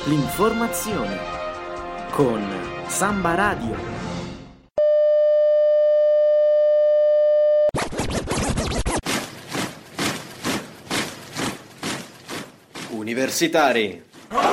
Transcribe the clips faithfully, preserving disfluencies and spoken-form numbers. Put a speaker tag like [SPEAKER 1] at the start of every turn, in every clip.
[SPEAKER 1] l'informazione con Samba Radio.
[SPEAKER 2] Universitari.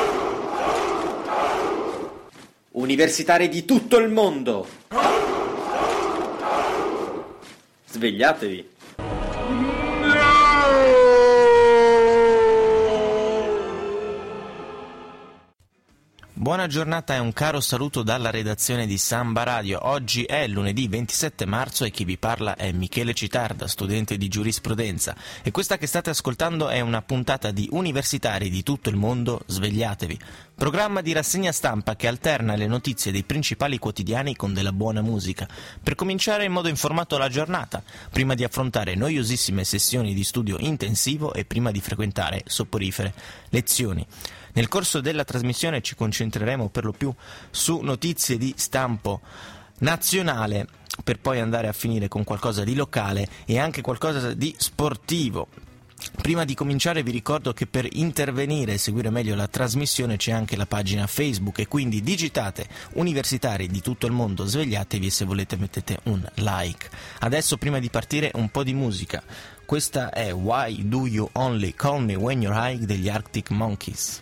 [SPEAKER 2] Universitari di tutto il mondo. Svegliatevi.
[SPEAKER 3] Buona giornata e un caro saluto dalla redazione di Samba Radio. Oggi è lunedì ventisette marzo e chi vi parla è Michele Citarda, studente di giurisprudenza. E questa che state ascoltando è una puntata di Universitari di tutto il mondo, svegliatevi. Programma di rassegna stampa che alterna le notizie dei principali quotidiani con della buona musica, per cominciare in modo informato la giornata, prima di affrontare noiosissime sessioni di studio intensivo e prima di frequentare soporifere lezioni. Nel corso della trasmissione ci concentreremo per lo più su notizie di stampo nazionale, per poi andare a finire con qualcosa di locale e anche qualcosa di sportivo. Prima di cominciare vi ricordo che per intervenire e seguire meglio la trasmissione c'è anche la pagina Facebook e quindi digitate Universitari di tutto il mondo, svegliatevi e se volete mettete un like. Adesso prima di partire un po' di musica. Questa è Why Do You Only Call Me When You're High degli Arctic Monkeys.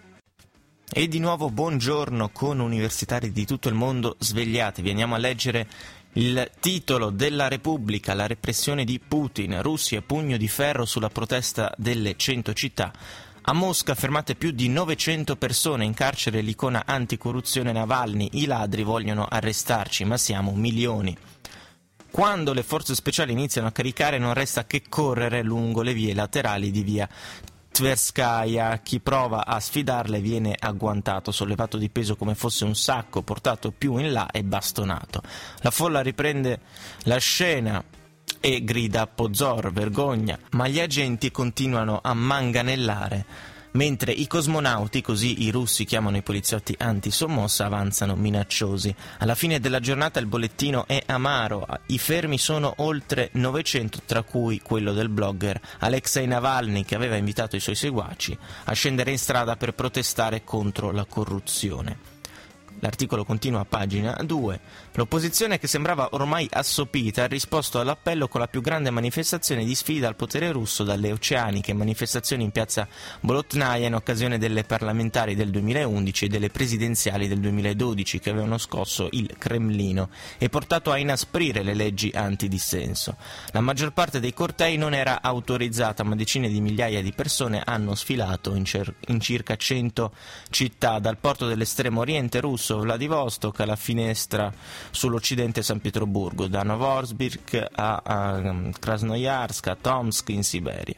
[SPEAKER 3] E di nuovo buongiorno con Universitari di tutto il mondo, svegliatevi. Andiamo a leggere il titolo della Repubblica, la repressione di Putin, Russia pugno di ferro sulla protesta delle cento città. A Mosca fermate più di novecento persone, in carcere l'icona anticorruzione Navalny, i ladri vogliono arrestarci ma siamo milioni. Quando le forze speciali iniziano a caricare non resta che correre lungo le vie laterali di via Tverskaya, chi prova a sfidarle viene agguantato, sollevato di peso come fosse un sacco, portato più in là e bastonato. La folla riprende la scena e grida Pozor, vergogna, ma gli agenti continuano a manganellare, mentre i cosmonauti, così i russi chiamano i poliziotti antisommossa, avanzano minacciosi. Alla fine della giornata il bollettino è amaro, i fermi sono oltre novecento, tra cui quello del blogger Alexei Navalny, che aveva invitato i suoi seguaci a scendere in strada per protestare contro la corruzione. L'articolo continua a pagina due. L'opposizione, che sembrava ormai assopita, ha risposto all'appello con la più grande manifestazione di sfida al potere russo dalle oceaniche manifestazioni in piazza Bolotnaia in occasione delle parlamentari del duemilaundici e delle presidenziali del duemiladodici, che avevano scosso il Cremlino e portato a inasprire le leggi antidissenso. La maggior parte dei cortei non era autorizzata, ma decine di migliaia di persone hanno sfilato in, cer- in circa cento città, dal porto dell'estremo oriente russo Vladivostok alla finestra sull'occidente San Pietroburgo, da Novosibirsk a, a Krasnoyarsk a Tomsk in Siberia.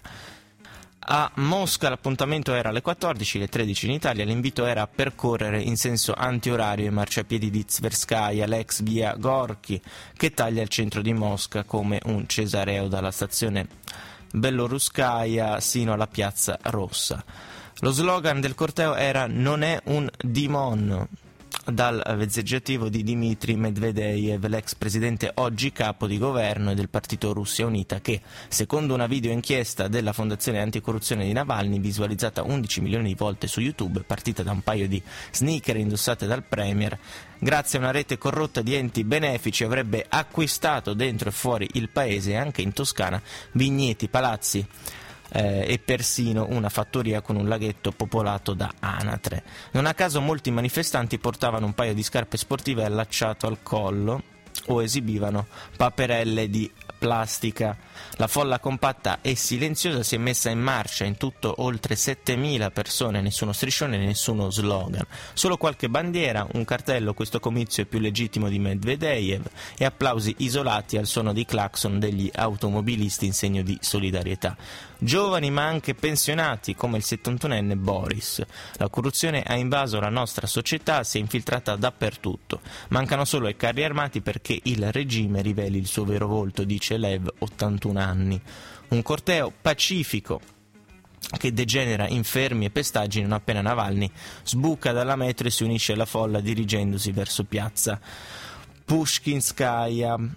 [SPEAKER 3] A Mosca l'appuntamento era alle quattordici, alle tredici in Italia. L'invito era a percorrere in senso antiorario i marciapiedi di Tverskaya, l'ex via Gorky, che taglia il centro di Mosca come un cesareo dalla stazione Beloruskaya sino alla piazza Rossa. Lo slogan del corteo era "Non è un dimon", dal vezzeggiativo di Dmitry Medvedev, l'ex presidente oggi capo di governo del partito Russia Unita, che, secondo una video inchiesta della Fondazione Anticorruzione di Navalny, visualizzata undici milioni di volte su YouTube, partita da un paio di sneaker indossate dal premier, grazie a una rete corrotta di enti benefici avrebbe acquistato dentro e fuori il paese, anche in Toscana, vigneti, palazzi, Eh, e persino una fattoria con un laghetto popolato da anatre. Non a caso molti manifestanti portavano un paio di scarpe sportive allacciato al collo o esibivano paperelle di plastica. La folla compatta e silenziosa si è messa in marcia, in tutto oltre settemila persone, nessuno striscione, nessuno slogan, solo qualche bandiera, un cartello "Questo comizio è più legittimo di Medvedev" e applausi isolati al suono di clacson degli automobilisti in segno di solidarietà. Giovani ma anche pensionati, come il settantunenne Boris. La corruzione ha invaso la nostra società, si è infiltrata dappertutto. Mancano solo i carri armati perché il regime riveli il suo vero volto, dice Lev, ottantuno anni. Un corteo pacifico che degenera in fermi e pestaggi non appena Navalny sbuca dalla metro e si unisce alla folla dirigendosi verso piazza Pushkinskaya.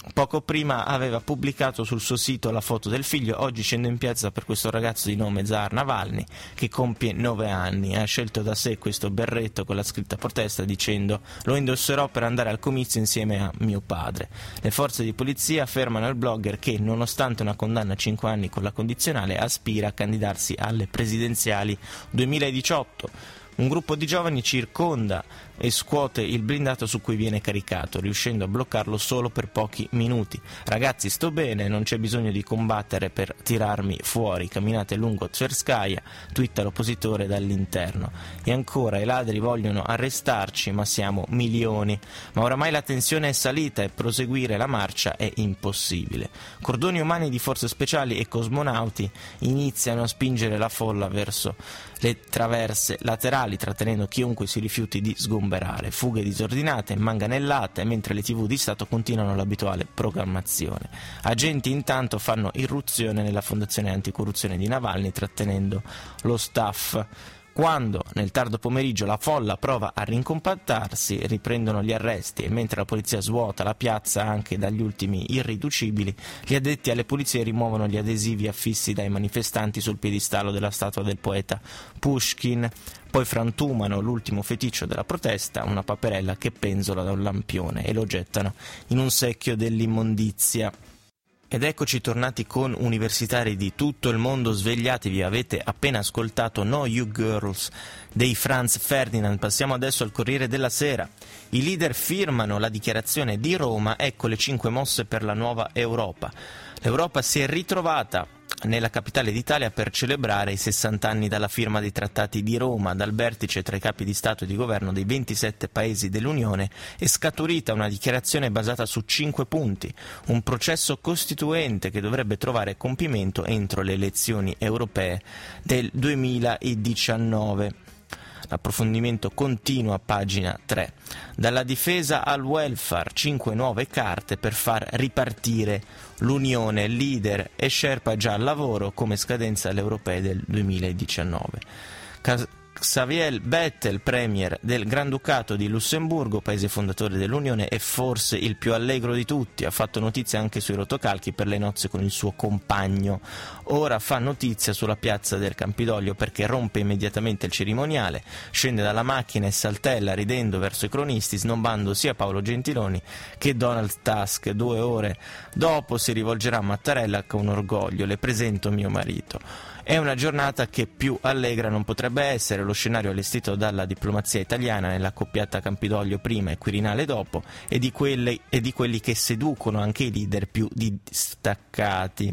[SPEAKER 3] Poco prima aveva pubblicato sul suo sito la foto del figlio. Oggi scendo in piazza per questo ragazzo di nome Zar Navalny che compie nove anni. Ha scelto da sé questo berretto con la scritta a protesta dicendo: lo indosserò per andare al comizio insieme a mio padre. Le forze di polizia affermano al blogger che, nonostante una condanna a cinque anni con la condizionale, aspira a candidarsi alle presidenziali duemiladiciotto. Un gruppo di giovani circonda e scuote il blindato su cui viene caricato, riuscendo a bloccarlo solo per pochi minuti. Ragazzi, sto bene, non c'è bisogno di combattere per tirarmi fuori. Camminate lungo Tverskaya, twitta l'oppositore dall'interno. E ancora, i ladri vogliono arrestarci, ma siamo milioni. Ma oramai la tensione è salita e proseguire la marcia è impossibile. Cordoni umani di forze speciali e cosmonauti iniziano a spingere la folla verso le traverse laterali, trattenendo chiunque si rifiuti di sgomberare. Fughe disordinate, manganellate, mentre le tivù di Stato continuano l'abituale programmazione. Agenti intanto fanno irruzione nella fondazione anticorruzione di Navalny, trattenendo lo staff. Quando, nel tardo pomeriggio, la folla prova a rincompattarsi, riprendono gli arresti e mentre la polizia svuota la piazza anche dagli ultimi irriducibili, gli addetti alle pulizie rimuovono gli adesivi affissi dai manifestanti sul piedistallo della statua del poeta Pushkin. Poi frantumano l'ultimo feticcio della protesta, una paperella che penzola da un lampione, e lo gettano in un secchio dell'immondizia. Ed eccoci tornati con universitari di tutto il mondo, svegliatevi, avete appena ascoltato No You Girls dei Franz Ferdinand. Passiamo adesso al Corriere della Sera. I leader firmano la dichiarazione di Roma, ecco le cinque mosse per la nuova Europa. L'Europa si è ritrovata nella capitale d'Italia per celebrare i sessanta anni dalla firma dei trattati di Roma. Dal vertice tra i capi di Stato e di Governo dei ventisette paesi dell'Unione è scaturita una dichiarazione basata su cinque punti, un processo costituente che dovrebbe trovare compimento entro le elezioni europee del duemiladiciannove. L'approfondimento continua, pagina tre. Dalla difesa al welfare, cinque nuove carte per far ripartire l'Unione. Leader e Sherpa già al lavoro, come scadenza alle europee del duemiladiciannove. Cas- Xavier Bettel, premier del Granducato di Lussemburgo, paese fondatore dell'Unione, è forse il più allegro di tutti. Ha fatto notizia anche sui rotocalchi per le nozze con il suo compagno. Ora fa notizia sulla piazza del Campidoglio perché rompe immediatamente il cerimoniale, scende dalla macchina e saltella ridendo verso i cronisti, snobbando sia Paolo Gentiloni che Donald Tusk. Due ore dopo si rivolgerà a Mattarella con orgoglio: le presento mio marito. È una giornata che più allegra non potrebbe essere. Lo scenario allestito dalla diplomazia italiana nella accoppiata Campidoglio prima e Quirinale dopo e di, quelle, e di quelli che seducono anche i leader più distaccati.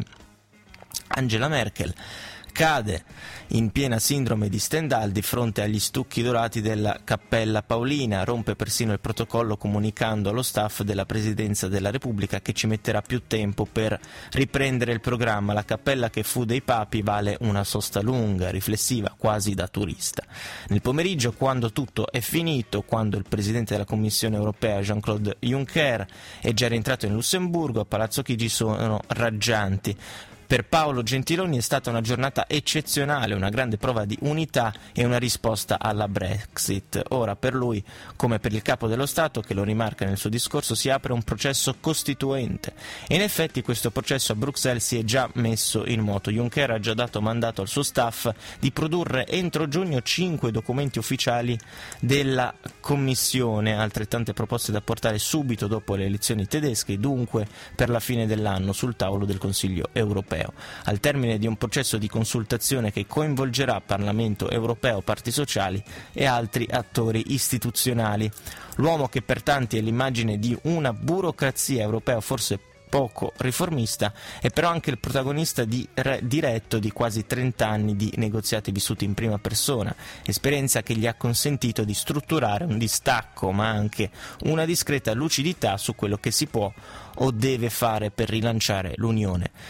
[SPEAKER 3] Angela Merkel cade in piena sindrome di Stendhal di fronte agli stucchi dorati della Cappella Paolina, rompe persino il protocollo comunicando allo staff della Presidenza della Repubblica che ci metterà più tempo per riprendere il programma. La cappella che fu dei papi vale una sosta lunga, riflessiva, quasi da turista. Nel pomeriggio, quando tutto è finito, quando il Presidente della Commissione Europea Jean-Claude Juncker è già rientrato in Lussemburgo, a Palazzo Chigi sono raggianti. Per Paolo Gentiloni è stata una giornata eccezionale, una grande prova di unità e una risposta alla Brexit. Ora per lui, come per il capo dello Stato, che lo rimarca nel suo discorso, si apre un processo costituente. E in effetti questo processo a Bruxelles si è già messo in moto. Juncker ha già dato mandato al suo staff di produrre entro giugno cinque documenti ufficiali della Commissione, altrettante proposte da portare subito dopo le elezioni tedesche, dunque per la fine dell'anno sul tavolo del Consiglio europeo. Al termine di un processo di consultazione che coinvolgerà Parlamento europeo, parti sociali e altri attori istituzionali. L'uomo che per tanti è l'immagine di una burocrazia europea forse poco riformista è però anche il protagonista di, re, diretto di quasi trenta anni di negoziati vissuti in prima persona, esperienza che gli ha consentito di strutturare un distacco ma anche una discreta lucidità su quello che si può o deve fare per rilanciare l'Unione.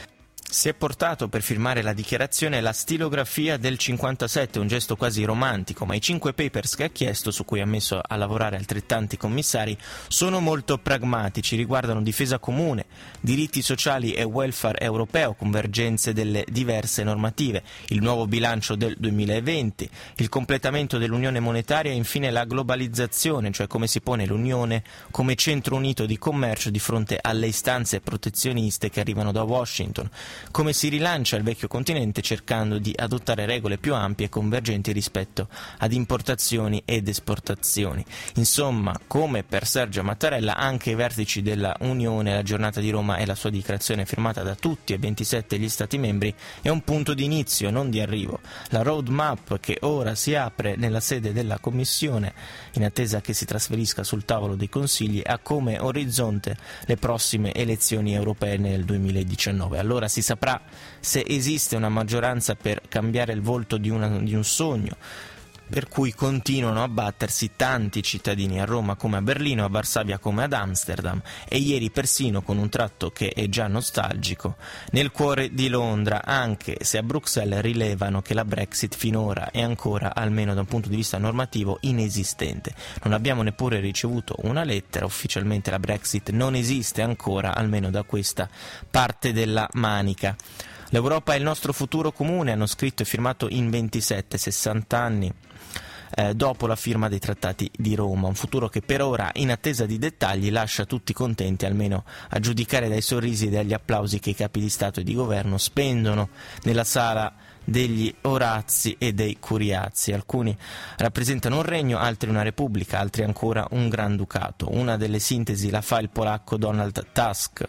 [SPEAKER 3] Si è portato per firmare la dichiarazione la stilografia del cinquantasette, un gesto quasi romantico, ma i cinque papers che ha chiesto, su cui ha messo a lavorare altrettanti commissari, sono molto pragmatici, riguardano difesa comune, diritti sociali e welfare europeo, convergenze delle diverse normative, il nuovo bilancio del duemilaventi, il completamento dell'unione monetaria e infine la globalizzazione, cioè come si pone l'Unione come centro unito di commercio di fronte alle istanze protezioniste che arrivano da Washington, come si rilancia il vecchio continente cercando di adottare regole più ampie e convergenti rispetto ad importazioni ed esportazioni. Insomma, come per Sergio Mattarella, anche i vertici della Unione, la giornata di Roma e la sua dichiarazione firmata da tutti e ventisette gli Stati membri è un punto di inizio, non di arrivo. La roadmap che ora si apre nella sede della Commissione, in attesa che si trasferisca sul tavolo dei Consigli, ha come orizzonte le prossime elezioni europee nel duemiladiciannove. Allora si saprà se esiste una maggioranza per cambiare il volto di, una, di un sogno per cui continuano a battersi tanti cittadini a Roma come a Berlino, a Varsavia come ad Amsterdam e ieri persino, con un tratto che è già nostalgico, nel cuore di Londra, anche se a Bruxelles rilevano che la Brexit finora è ancora, almeno da un punto di vista normativo, inesistente. Non abbiamo neppure ricevuto una lettera, ufficialmente la Brexit non esiste ancora, almeno da questa parte della manica. L'Europa è il nostro futuro comune, hanno scritto e firmato in ventisette, sessanta anni eh, dopo la firma dei trattati di Roma, un futuro che per ora, in attesa di dettagli, lascia tutti contenti, almeno a giudicare dai sorrisi e dagli applausi che i capi di Stato e di Governo spendono nella sala degli Orazzi e dei Curiazzi. Alcuni rappresentano un regno, altri una repubblica, altri ancora un granducato. Una delle sintesi la fa il polacco Donald Tusk,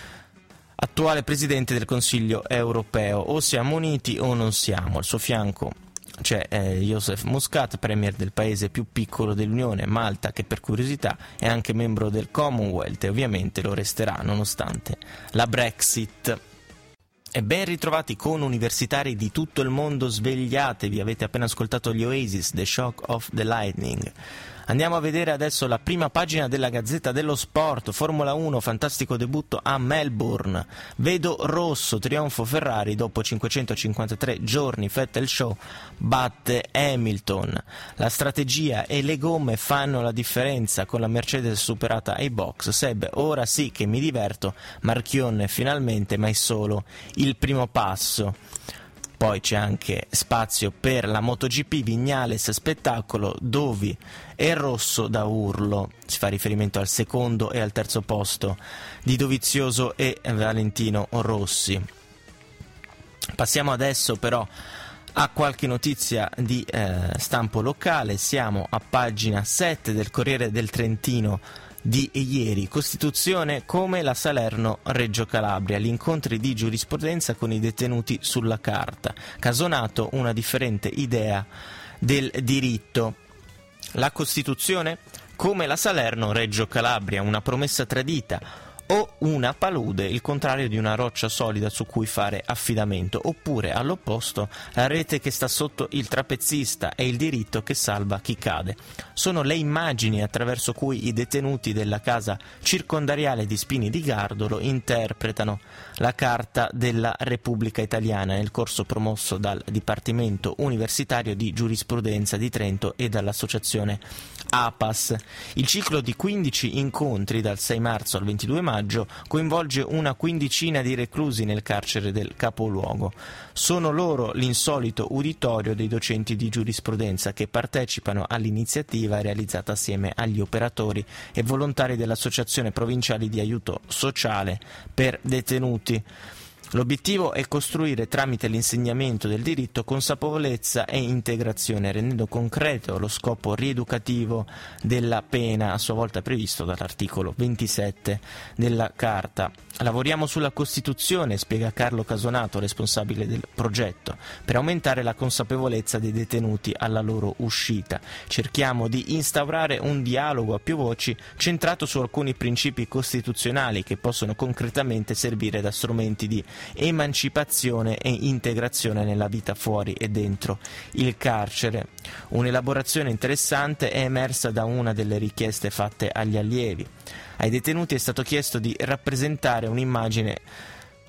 [SPEAKER 3] attuale presidente del Consiglio europeo. O siamo uniti o non siamo. Al suo fianco c'è eh, Joseph Muscat, premier del paese più piccolo dell'Unione, Malta, che per curiosità è anche membro del Commonwealth e ovviamente lo resterà nonostante la Brexit. E ben ritrovati con universitari di tutto il mondo, svegliatevi, avete appena ascoltato gli Oasis, The Shock of the Lightning. Andiamo a vedere adesso la prima pagina della Gazzetta dello Sport. Formula uno, fantastico debutto a Melbourne. Vedo rosso, trionfo Ferrari dopo cinquecentocinquantatré giorni. Vettel Show batte Hamilton. La strategia e le gomme fanno la differenza, con la Mercedes superata ai box. Seb, ora sì che mi diverto. Marchionne finalmente, ma è solo il primo passo. Poi c'è anche spazio per la MotoGP, Vignales spettacolo, Dovi e rosso da urlo. Si fa riferimento al secondo e al terzo posto di Dovizioso e Valentino Rossi. Passiamo adesso però a qualche notizia di eh, stampo locale. Siamo a pagina sette del Corriere del Trentino di ieri. Costituzione come la Salerno-Reggio Calabria, gli incontri di giurisprudenza con i detenuti sulla carta. Casonato, una differente idea del diritto. La Costituzione come la Salerno-Reggio Calabria, una promessa tradita o una palude, il contrario di una roccia solida su cui fare affidamento, oppure all'opposto la rete che sta sotto il trapezzista e il diritto che salva chi cade. Sono le immagini attraverso cui i detenuti della casa circondariale di Spini di Gardolo interpretano la Carta della Repubblica Italiana nel corso promosso dal Dipartimento Universitario di Giurisprudenza di Trento e dall'associazione A P A S. Il ciclo di quindici incontri dal sei marzo al ventidue maggio coinvolge una quindicina di reclusi nel carcere del capoluogo. Sono loro l'insolito uditorio dei docenti di giurisprudenza che partecipano all'iniziativa realizzata assieme agli operatori e volontari dell'Associazione Provinciale di Aiuto Sociale per Detenuti. L'obiettivo è costruire tramite l'insegnamento del diritto consapevolezza e integrazione, rendendo concreto lo scopo rieducativo della pena, a sua volta previsto dall'articolo ventisette della Carta. Lavoriamo sulla Costituzione, spiega Carlo Casonato, responsabile del progetto, per aumentare la consapevolezza dei detenuti alla loro uscita. Cerchiamo di instaurare un dialogo a più voci centrato su alcuni principi costituzionali che possono concretamente servire da strumenti di emancipazione e integrazione nella vita fuori e dentro il carcere. Un'elaborazione interessante è emersa da una delle richieste fatte agli allievi. Ai detenuti è stato chiesto di rappresentare un'immagine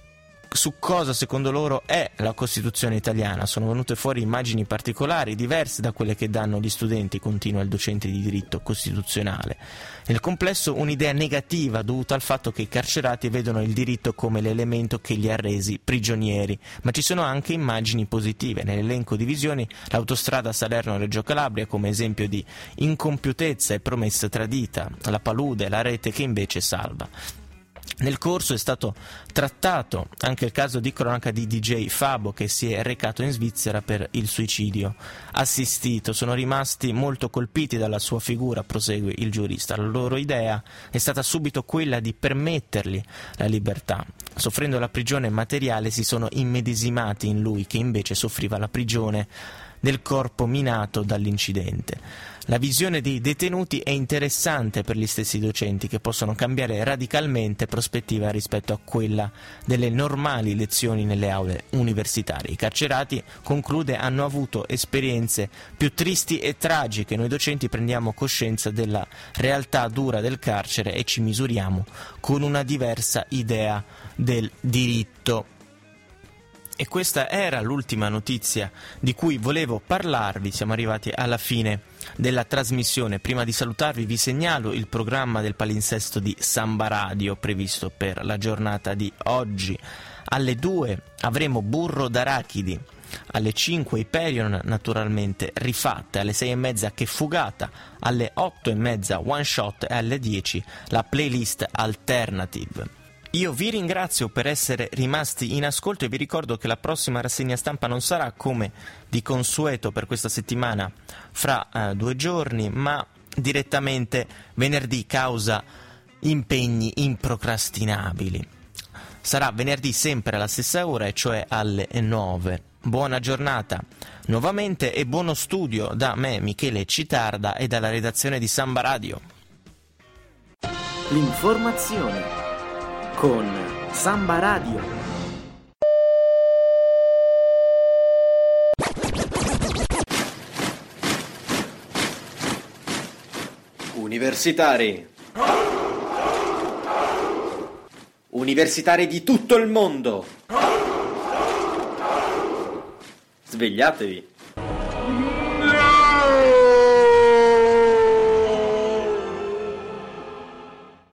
[SPEAKER 3] su cosa secondo loro è la Costituzione italiana. Sono venute fuori immagini particolari, diverse da quelle che danno gli studenti, continua il docente di diritto costituzionale. Nel complesso un'idea negativa dovuta al fatto che i carcerati vedono il diritto come l'elemento che li ha resi prigionieri, ma ci sono anche immagini positive. Nell'elenco di visioni l'autostrada Salerno-Reggio Calabria come esempio di incompiutezza e promessa tradita, la palude, la rete che invece salva. Nel corso è stato trattato anche il caso di cronaca di D J Fabo che si è recato in Svizzera per il suicidio assistito. Sono rimasti molto colpiti dalla sua figura, prosegue il giurista. La loro idea è stata subito quella di permettergli la libertà. Soffrendo la prigione materiale si sono immedesimati in lui che invece soffriva la prigione del corpo minato dall'incidente. La visione dei detenuti è interessante per gli stessi docenti che possono cambiare radicalmente prospettiva rispetto a quella delle normali lezioni nelle aule universitarie. I carcerati, conclude, hanno avuto esperienze più tristi e tragiche. Noi docenti prendiamo coscienza della realtà dura del carcere e ci misuriamo con una diversa idea del diritto. E questa era l'ultima notizia di cui volevo parlarvi. Siamo arrivati alla fine della trasmissione. Prima di salutarvi vi segnalo il programma del palinsesto di Samba Radio previsto per la giornata di oggi. Alle due avremo Burro d'Arachidi, alle cinque Hyperion naturalmente rifatte, alle sei e mezza Che Fugata, alle otto e mezza One Shot e alle dieci la playlist Alternative. Io vi ringrazio per essere rimasti in ascolto e vi ricordo che la prossima rassegna stampa non sarà come di consueto per questa settimana fra uh, due giorni, ma direttamente venerdì causa impegni improcrastinabili. Sarà venerdì sempre alla stessa ora, e cioè alle nove. Buona giornata nuovamente e buono studio da me, Michele Citarda, e dalla redazione di Samba Radio.
[SPEAKER 1] L'informazione con Samba Radio.
[SPEAKER 2] Universitari. Universitari di tutto il mondo. Svegliatevi.